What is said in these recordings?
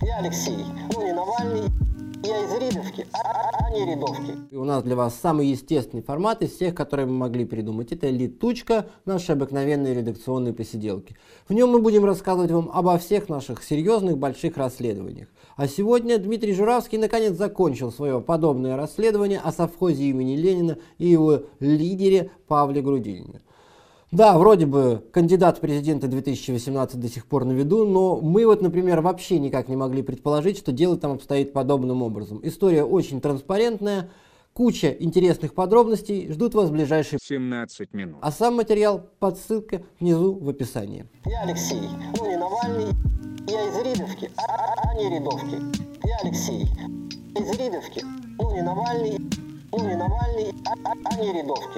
Я Алексей, ну не Навальный, я из Ридовки, а не Рядовки. И у нас для вас самый естественный формат из всех, которые мы могли придумать. Это «Литучка», наши обыкновенные редакционные посиделки. В нем мы будем рассказывать вам обо всех наших серьезных больших расследованиях. А сегодня Дмитрий Журавский наконец закончил свое подобное расследование о совхозе имени Ленина и его лидере Павле Грудинине. Да, вроде бы кандидат в президенты 2018 до сих пор на виду, но мы вот, например, вообще никак не могли предположить, что дело там обстоит подобным образом. История очень транспарентная, куча интересных подробностей ждут вас в ближайшие 17 минут. А сам материал под ссылкой внизу в описании. Я Алексей, ну не Навальный, я из Ридовки, а не Рядовки. Я Алексей, из Ридовки, ну не Навальный, а не Рядовки.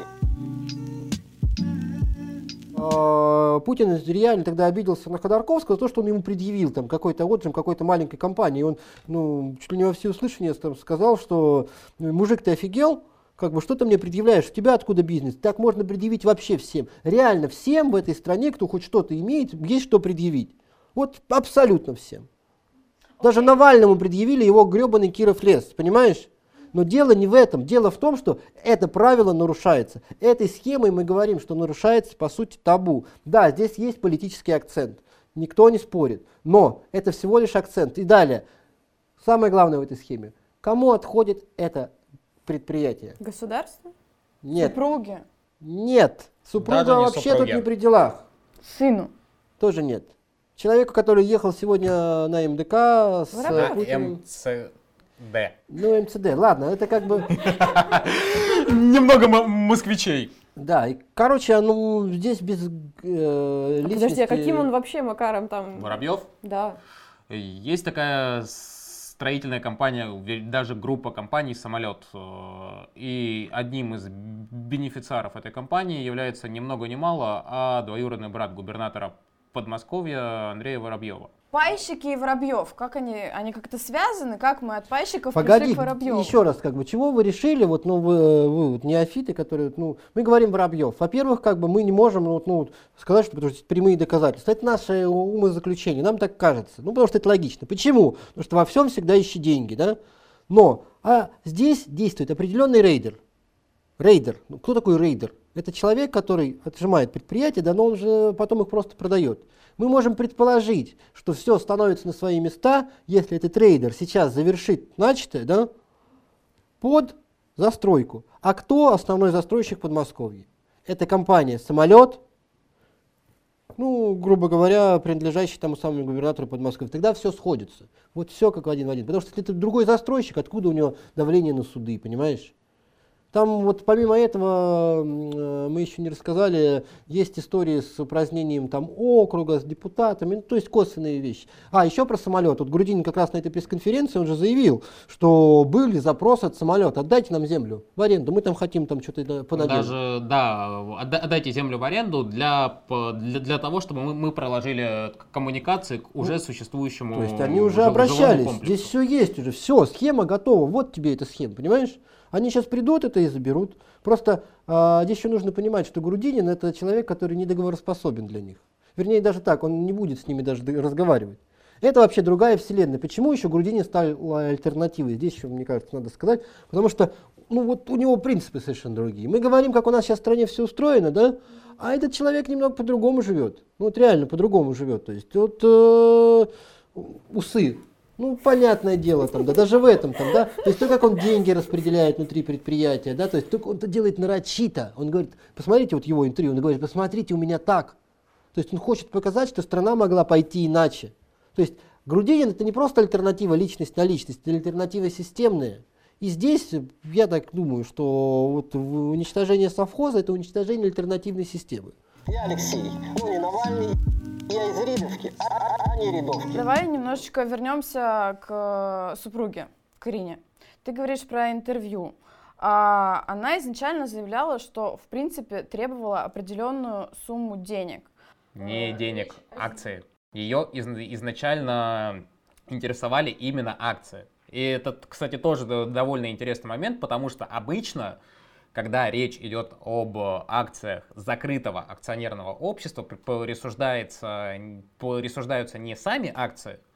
Путин реально тогда обиделся на Ходорковского за то, что он ему предъявил там какой-то отжим какой-то маленькой компании. Он, чуть ли не во всеуслышание там сказал, что мужик, ты офигел? Как бы, что ты мне предъявляешь? У тебя откуда бизнес? Так можно предъявить вообще всем. Реально всем в этой стране, кто хоть что-то имеет, есть что предъявить. Вот абсолютно всем. Даже Навальному предъявили его гребаный Киров лес, понимаешь? Но дело не в этом. Дело в том, что это правило нарушается. Этой схемой мы говорим, что нарушается, по сути, табу. Да, здесь есть политический акцент. Никто не спорит. Но это всего лишь акцент. И далее. Самое главное в этой схеме. Кому отходит это предприятие? Государство? Нет. Супруги? Нет. Супруга Даже не вообще супруги. тут не при делах. Сыну? Тоже нет. Человеку, который ехал сегодня на МДК с Воробьев. Путиным. МЦД. Ну, МЦД, ладно, это как бы... Немного москвичей. Да, и, короче, здесь без личности... Подожди, а каким он вообще макаром там? Воробьев? Да. Есть такая строительная компания, даже группа компаний «Самолет». И одним из бенефициаров этой компании является ни много ни мало, а двоюродный брат губернатора Подмосковья Андрея Воробьева. Пайщики и Воробьев, как они как-то связаны? Как мы от пайщиков пришли Погоди, к Воробьеву? еще раз, чего вы решили, вы вот неофиты, которые, мы говорим Воробьев. Во-первых, мы не можем, сказать, что потому что это прямые доказательства. Это наше умозаключение, нам так кажется. Потому что это логично. Почему? Потому что во всем всегда ищи деньги, да? Но, здесь действует определенный рейдер. Рейдер. Кто такой рейдер? Это человек, который отжимает предприятия, да, но он же потом их просто продает. Мы можем предположить, что все становится на свои места, если этот трейдер сейчас завершит начатое, да, под застройку. А кто основной застройщик Подмосковья? Это компания «Самолет», грубо говоря, принадлежащая тому самому губернатору Подмосковья. Тогда все сходится. Вот все как один в один. Потому что если это другой застройщик, откуда у него давление на суды, понимаешь? Там вот помимо этого, мы еще не рассказали, есть истории с упразднением там округа, с депутатами, то есть косвенные вещи. Еще про самолет. Вот Грудинин как раз на этой пресс-конференции, он же заявил, что были запросы от самолета, отдайте нам землю в аренду, мы там хотим там что-то понаделать. Даже, да, отдайте землю в аренду для того, чтобы мы проложили коммуникации к уже существующему. То есть они уже обращались, здесь все есть уже, все, схема готова, вот тебе эта схема, понимаешь? Они сейчас придут это и заберут. Просто здесь еще нужно понимать, что Грудинин это человек, который недоговороспособен для них. Вернее, даже так, он не будет с ними даже разговаривать. Это вообще другая вселенная. Почему еще Грудинин стал альтернативой? Здесь еще, мне кажется, надо сказать. Потому что у него принципы совершенно другие. Мы говорим, как у нас сейчас в стране все устроено, да? А этот человек немного по-другому живет. Реально по-другому живет. То есть усы. Понятное дело, даже в этом, да, то есть то, как он деньги распределяет внутри предприятия, да, то есть он это делает нарочито, он говорит, посмотрите, вот его интервью, он говорит, посмотрите, у меня так, то есть он хочет показать, что страна могла пойти иначе, то есть Грудинин это не просто альтернатива личность на личность, это альтернатива системная, и здесь, я так думаю, что уничтожение совхоза это уничтожение альтернативной системы. Я Алексей, не Навальный, я из Ридовки, а не Рядовки. Давай немножечко вернемся к супруге, к Ирине. Ты говоришь про интервью. Она изначально заявляла, что в принципе требовала определенную сумму денег. Не денег, акции. Ее изначально интересовали именно акции. И это, кстати, тоже довольно интересный момент, потому что обычно, когда речь идет об акциях закрытого акционерного общества, присуждаются не сами акции,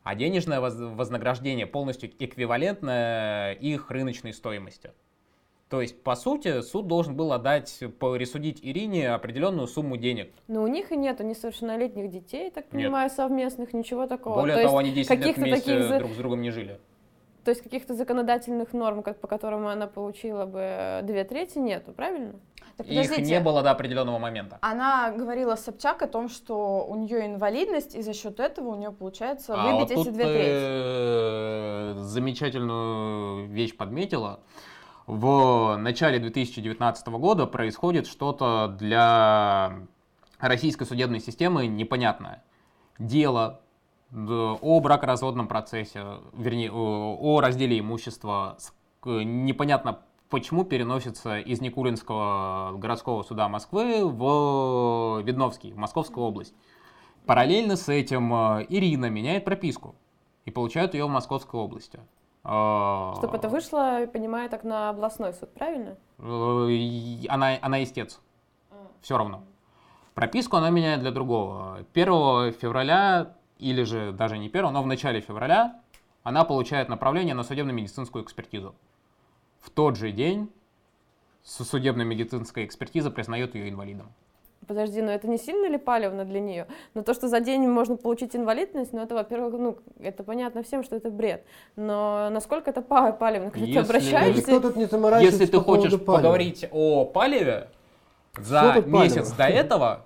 а денежное вознаграждение полностью эквивалентно их рыночной стоимости. То есть, по сути, суд должен был присудить Ирине определенную сумму денег. Но у них и нету несовершеннолетних детей, так понимаю, совместных, ничего такого. Более То того, есть они 10 лет каких-то вместе таких друг с другом не жили. То есть каких-то законодательных норм, по которым она получила бы 2/3, нету, правильно? Так, Их подождите. не было до определенного момента. Она говорила, Собчак, о том, что у нее инвалидность, и за счет этого у нее получается А выбить вот эти тут 2/3. ты замечательную вещь подметила. В начале 2019 года происходит что-то для российской судебной системы непонятное. Дело о бракоразводном процессе, вернее, о разделе имущества, непонятно почему переносится из Никулинского городского суда Москвы в Видновский, в Московскую область. Параллельно с этим Ирина меняет прописку и получает ее в Московской области. Чтобы это вышло, я понимаю, так на областной суд, правильно? Она истец. Все равно. Прописку она меняет для другого. 1 февраля, или же даже не 1, но в начале февраля, она получает направление на судебно-медицинскую экспертизу. В тот же день судебно-медицинская экспертиза признает ее инвалидом. Подожди, но это не сильно ли палевно для нее? Но то, что за день можно получить инвалидность, это, во-первых, это понятно всем, что это бред. Но насколько это палевно? Когда ты обращаешься... Кто тут не заморачивается Если ты по поводу хочешь палева? поговорить о палеве, Что за тут месяц палево? до этого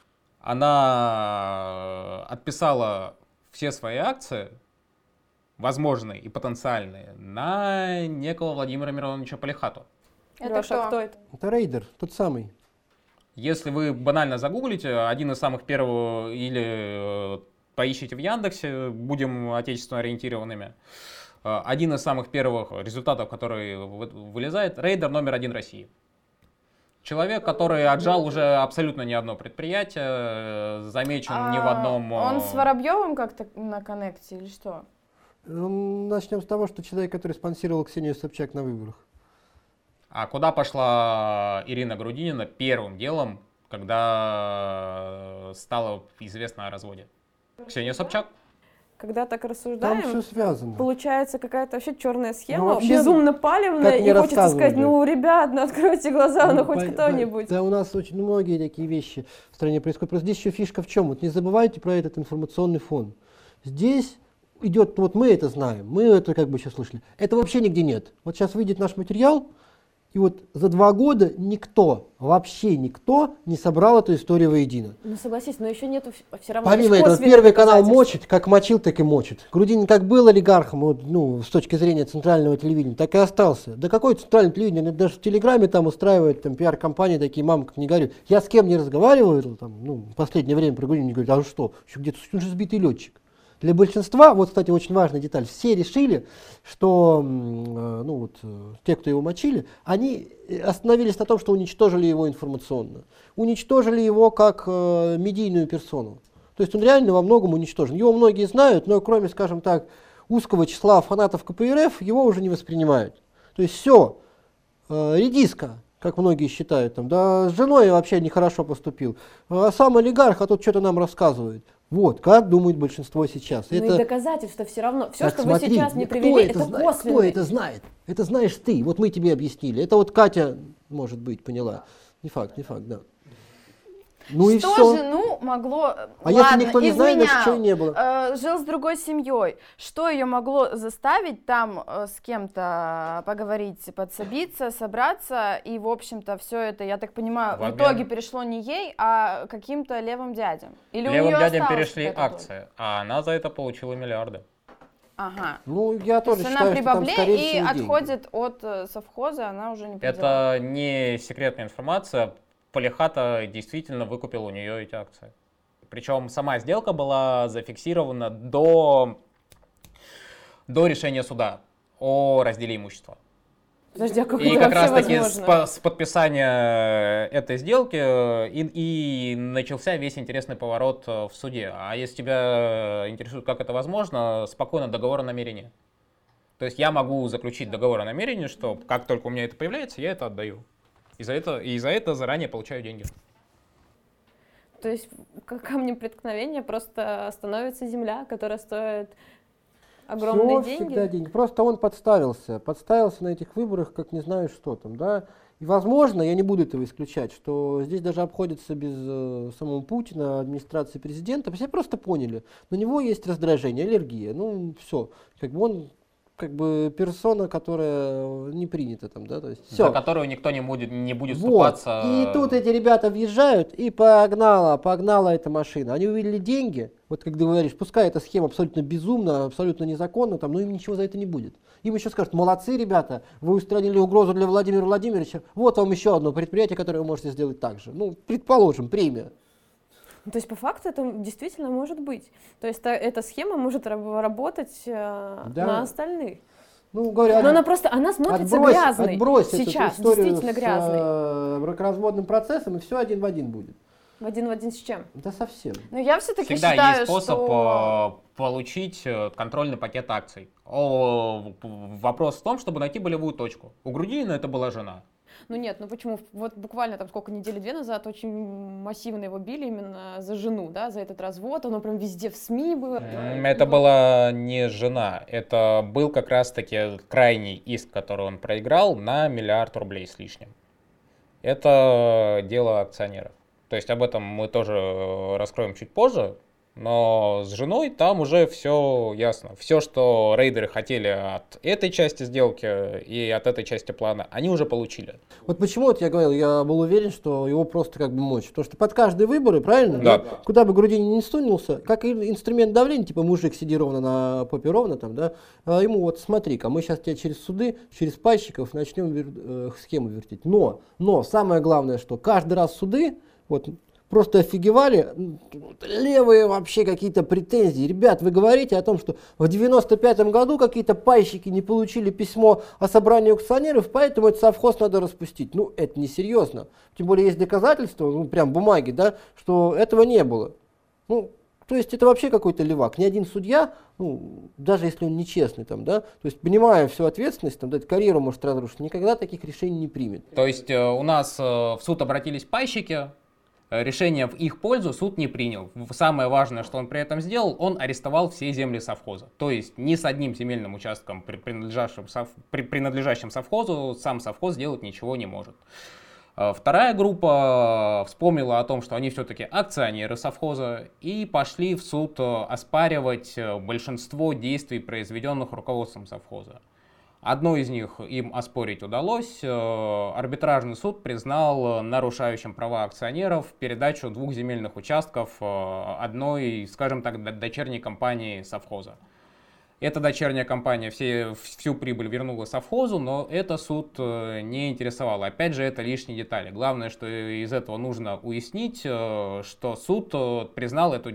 она отписала все свои акции, возможные и потенциальные, на некого Владимира Мироновича Полихату. Это Леша, кто? это? Это рейдер, тот самый. Если вы банально загуглите, один из самых первых, или поищите в Яндексе, будем отечественно ориентированными, один из самых первых результатов, который вылезает, рейдер номер 1 России. Человек, который отжал уже абсолютно не одно предприятие, замечен ни в одном... Он с Воробьевым как-то на коннекте или что? Начнем с того, что человек, который спонсировал Ксению Собчак на выборах. А куда пошла Ирина Грудинина первым делом, когда стало известно о разводе? Ксения Собчак. Когда так Там рассуждаем, все связано. получается какая-то вообще черная схема, Ну, вообще, безумно палевная, как и мне хочется сказать, рассказывали. ребят, откройте глаза, Ну, хоть кто-нибудь. Да, у нас очень многие такие вещи в стране происходят. Просто здесь еще фишка в чем? Вот не забывайте про этот информационный фон. Здесь идет, вот мы это знаем, мы это как бы сейчас слышали. Это вообще нигде нет. Вот сейчас выйдет наш материал, и вот за 2 года никто, вообще никто не собрал эту историю воедино. Ну согласись, но еще нету все равно. Помимо есть этого, косвенные Первый канал доказательства. мочит, как мочил, так и мочит. Грудинин как был олигархом, вот, с точки зрения центрального телевидения, так и остался. Да какое центральное телевидение? Они даже в Телеграме там устраивают пиар-компании такие, мама, как не говорю. Я с кем не разговариваю, в последнее время про Грудинина говорят, а что, еще где-то он же сбитый летчик. Для большинства, вот, кстати, очень важная деталь, все решили, что те, кто его мочили, они остановились на том, что уничтожили его информационно, уничтожили его как медийную персону. То есть он реально во многом уничтожен. Его многие знают, но кроме, скажем так, узкого числа фанатов КПРФ, его уже не воспринимают. То есть все, редиска, как многие считают, да, с женой вообще нехорошо поступил, а сам олигарх, а тут что-то нам рассказывает. Вот, как думает большинство сейчас. Ну и доказательства все равно. Все, Так что смотри, вы сейчас не кто привели, это это знает? косвенно. Кто это знает? Это знаешь ты. Вот мы тебе объяснили. Это вот Катя, может быть, поняла. Не факт, да. Ну и Что все. жену могло... А если никто не знает, значит, изменял, чего и не было. жил с другой семьей. Что ее могло заставить там с кем-то поговорить, подсобиться, собраться? И, в общем-то, все это, я так понимаю, в итоге перешло не ей, а каким-то левым дядям. Или у Левым нее дядям осталась перешли какая-то доля? акции, а она за это получила миллиарды. Ага. Ну, я То тоже есть считаю, она при что там, бабле скорее и всего, деньги. отходит от совхоза, она уже не при делах. Это не секретная информация. Полихата действительно выкупил у нее эти акции. Причем сама сделка была зафиксирована до решения суда о разделе имущества. Подожди, а как И это как вообще раз таки возможно? с подписания этой сделки и начался весь интересный поворот в суде. А если тебя интересует, как это возможно, спокойно договор о намерении. То есть я могу заключить договор о намерении, что как только у меня это появляется, я это отдаю. И за это заранее получаю деньги. То есть камнем преткновения просто становится земля, которая стоит огромные Всё деньги. всегда деньги. Просто он подставился на этих выборах, как не знаю что там, да. И возможно, я не буду этого исключать, что здесь даже обходится без самого Путина, администрации президента. Все просто поняли, на него есть раздражение, аллергия. Ну, все. Как бы он персона, которая не принята там, да, то есть все. За которую никто не будет Вот. вступаться. И тут эти ребята въезжают, и погнала эта машина. Они увидели деньги, вот как ты говоришь, пускай эта схема абсолютно безумна, абсолютно незаконна, там, но им ничего за это не будет. Им еще скажут: молодцы, ребята, вы устранили угрозу для Владимира Владимировича, вот вам еще одно предприятие, которое вы можете сделать так же. Ну, предположим, премия. То есть по факту это действительно может быть. То есть эта схема может работать на остальных. Ну, говоря, Но она смотрится грязной. Отбрось сейчас, эту историю действительно грязной. с бракоразводным процессом, и все один в один будет. В один в один с чем? Да совсем. Но я все-таки Всегда считаю, есть способ что... получить контрольный пакет акций. Вопрос в том, чтобы найти болевую точку. У Грудинина это была жена. Ну нет, ну почему? Вот буквально там сколько, недели две назад очень массивно его били именно за жену, да, за этот развод. Оно прям везде в СМИ было. Это была не жена, это был как раз-таки крайний иск, который он проиграл на 1 миллиард рублей с лишним. Это дело акционеров. То есть об этом мы тоже раскроем чуть позже. Но с женой там уже все ясно. Все, что рейдеры хотели от этой части сделки и от этой части плана, они уже получили. Вот почему вот я говорил, я был уверен, что его просто как бы мочь. Потому что под каждые выборы, правильно? Да. Куда бы Грудинин не сунулся, как инструмент давления, типа мужик сиди ровно на попе ровно там, да, ему вот смотри-ка, мы сейчас тебя через суды, через пайщиков начнем схему вертеть. Но самое главное, что каждый раз суды, вот, просто офигевали, левые вообще какие-то претензии. Ребят, вы говорите о том, что в 95-м году какие-то пайщики не получили письмо о собрании акционеров, поэтому этот совхоз надо распустить. Ну, это несерьезно. Тем более есть доказательства, ну, прям бумаги, да, что этого не было. Ну, то есть это вообще какой-то левак. Ни один судья, ну, даже если он нечестный, там, да, то есть понимая всю ответственность, там, да, карьеру может разрушить, никогда таких решений не примет. То есть у нас в суд обратились пайщики, решение в их пользу суд не принял. Самое важное, что он при этом сделал, он арестовал все земли совхоза. То есть ни с одним земельным участком, принадлежащим совхозу, сам совхоз сделать ничего не может. Вторая группа вспомнила о том, что они все-таки акционеры совхоза, и пошли в суд оспаривать большинство действий, произведенных руководством совхоза. Одно из них им оспорить удалось. Арбитражный суд признал нарушающим права акционеров передачу 2 земельных участков одной, скажем так, дочерней компании совхоза. Эта дочерняя компания всю прибыль вернула совхозу, но это суд не интересовал. Опять же, это лишние детали. Главное, что из этого нужно уяснить, что суд признал эту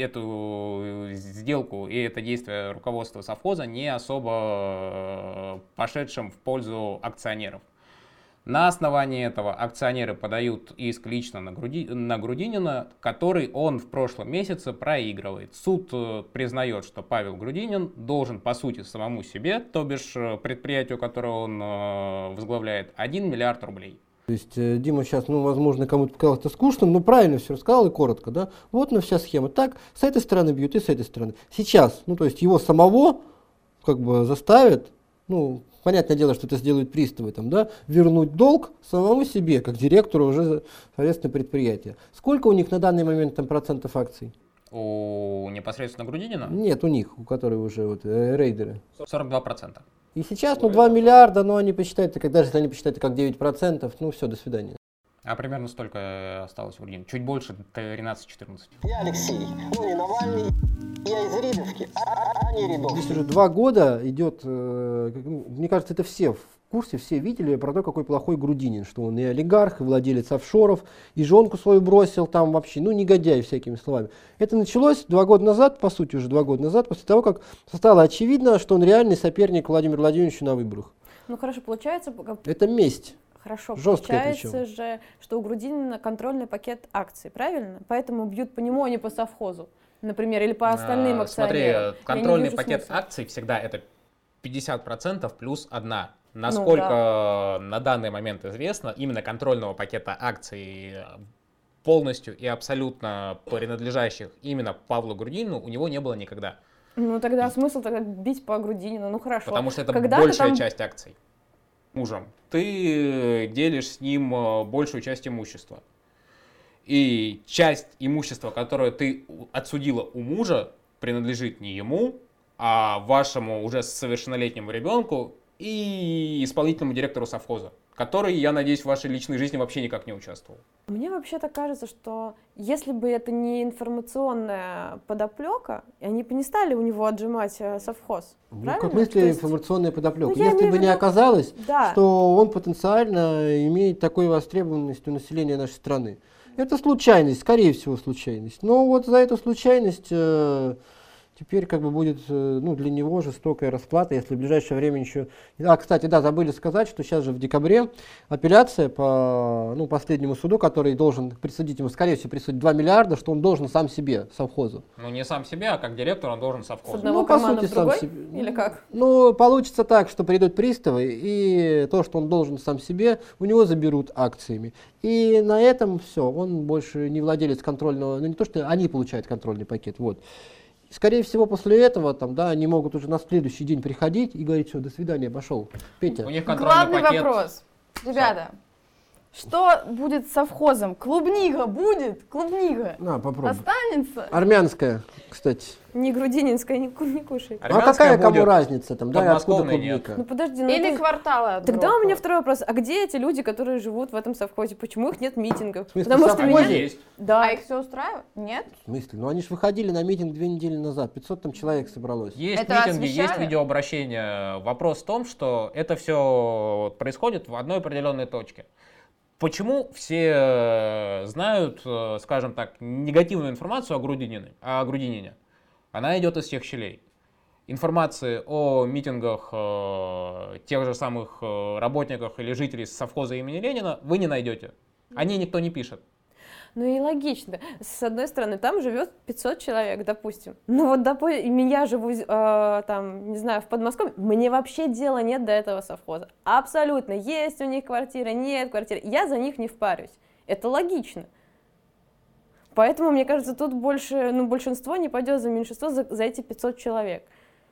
сделку и это действие руководства совхоза не особо пошедшим в пользу акционеров. На основании этого акционеры подают иск лично на Грудинина, который он в прошлом месяце проигрывает. Суд признает, что Павел Грудинин должен по сути самому себе, то бишь предприятию, которое он возглавляет, 1 миллиард рублей. То есть Дима сейчас, ну, возможно, кому-то показалось это скучным, но правильно все рассказал и коротко, да. Вот на вся схема. Так, с этой стороны бьют и с этой стороны. Сейчас, ну, то есть его самого как бы заставят, ну, понятное дело, что это сделают приставы, там, да, вернуть долг самому себе, как директору уже, соответственно, предприятия. Сколько у них на данный момент там процентов акций? У непосредственно Грудинина? Нет, у них, у которых уже вот рейдеры. 42%. И сейчас, ну, 2 миллиарда, но они посчитают, даже если они посчитают как 9%, ну, все, до свидания. А примерно столько осталось в Грудинина. Чуть больше, 13-14. Я Алексей, ну не Навальный, я из Ридовки, а не Рядовский. Здесь уже 2 года идет, мне кажется, это все в курсе, все видели про то, какой плохой Грудинин, что он и олигарх, и владелец офшоров, и жонку свою бросил там вообще, ну, негодяй, всякими словами. Это началось 2 года назад, по сути, уже 2 года назад, после того, как стало очевидно, что он реальный соперник Владимира Владимировича на выборах. Ну хорошо, получается... Это месть. Хорошо, Жесткая получается же, что у Грудинина контрольный пакет акций, правильно? Поэтому бьют по нему, а не по совхозу, например, или по остальным акционерам. Смотри, контрольный пакет смысла. акций всегда это 50% плюс 1. Насколько на данный момент известно, именно контрольного пакета акций полностью и абсолютно принадлежащих именно Павлу Грудинину у него не было никогда. Ну тогда смысл тогда бить по Грудинину, ну хорошо. Потому что это Когда-то большая там- часть акций мужем. Ты делишь с ним большую часть имущества. И часть имущества, которое ты отсудила у мужа, принадлежит не ему, а вашему уже совершеннолетнему ребенку и исполнительному директору совхоза, который, я надеюсь, в вашей личной жизни вообще никак не участвовал. Мне вообще-то кажется, что если бы это не информационная подоплека, они бы не стали у него отжимать совхоз. Ну, Правильно? как мысли То есть- информационная подоплека. Ну, я Если имею бы в не виду- оказалось, Да. что он потенциально имеет такой востребованность у населения нашей страны. Это случайность, скорее всего, случайность. Но вот за эту случайность теперь как бы будет ну, для него жестокая расплата, если в ближайшее время еще... А, кстати, да, забыли сказать, что сейчас же в декабре апелляция по ну, последнему суду, который должен присудить ему, скорее всего, присудить 2 миллиарда, что он должен сам себе, совхозу. Ну, не сам себе, а как директор он должен С совхозу. одного Ну, по кармана сути, в сам другой? себе. Или как? Ну, получится так, что придут приставы, и то, что он должен сам себе, у него заберут акциями. И на этом все, он больше не владелец контрольного, ну не то, что они получают контрольный пакет, вот. Скорее всего, после этого, там, да, они могут уже на следующий день приходить и говорить, все, до свидания, пошел. Петя. У них контрольный Главный пакет. вопрос. Ребята, что будет с совхозом? Клубника будет? Клубника На, попробуй. останется? Армянская, кстати. Не грудининская, не кушай. А Армянская какая кому будет, разница там, да, и откуда подмосковной нет. клубника? Ну подожди, ну Или ты- кварталы от Тогда у меня Грохова? второй вопрос. А где эти люди, которые живут в этом совхозе? Почему их нет митингов? В смысле, Потому в что совхозе? меня... Есть. Да. А их все устраивает? Нет? В смысле? Ну они же выходили на митинг 2 недели назад, 500 там человек собралось. Есть Это митинги, есть освещали? видеообращения. Вопрос в том, что это все происходит в одной определенной точке. Почему все знают, скажем так, негативную информацию о Грудинине? Она идет из всех щелей. Информации о митингах тех же самых работников или жителей совхоза имени Ленина вы не найдете. О ней никто не пишет. Ну и логично. С одной стороны, там живет 500 человек, допустим. Ну вот, допустим, я живу там, не знаю, в Подмосковье, мне вообще дела нет до этого совхоза. Абсолютно. Есть у них квартира, нет квартиры. Я за них не впарюсь. Это логично. Поэтому, мне кажется, тут больше, ну, большинство не пойдет за меньшинство за эти 500 человек.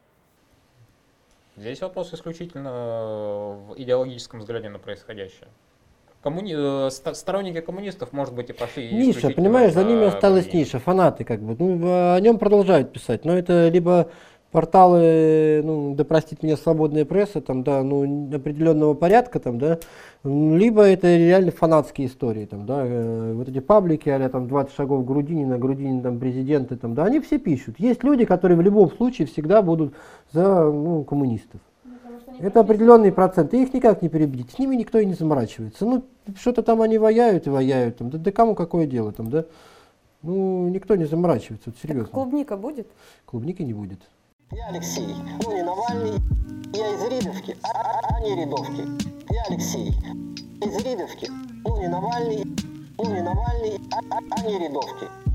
Здесь вопрос исключительно в идеологическом взгляде на происходящее. Сторонники коммунистов, может быть, и пошли Ниша, исключительно понимаешь, за ними осталась Грудинина. ниша, фанаты как бы. Ну, о нем продолжают писать, но это либо порталы, ну, да простит меня свободная пресса, там, да, ну, определенного порядка, там, да, либо это реально фанатские истории, там, да, вот эти паблики, а там 20 шагов Грудинина, Грудинин там президенты, там, да, они все пишут. Есть люди, которые в любом случае всегда будут за, ну, коммунистов. Это определенный процент, и их никак не перебедить, с ними никто и не заморачивается. Ну, что-то там они ваяют и ваяют, там, да кому какое дело, там, да, ну, никто не заморачивается, вот серьезно. Клубника будет? Клубники не будет. Я Алексей, ну не Навальный, я из Ридовки, а не Рядовки. Я Алексей, из Ридовки, ну не Навальный, а не Рядовки.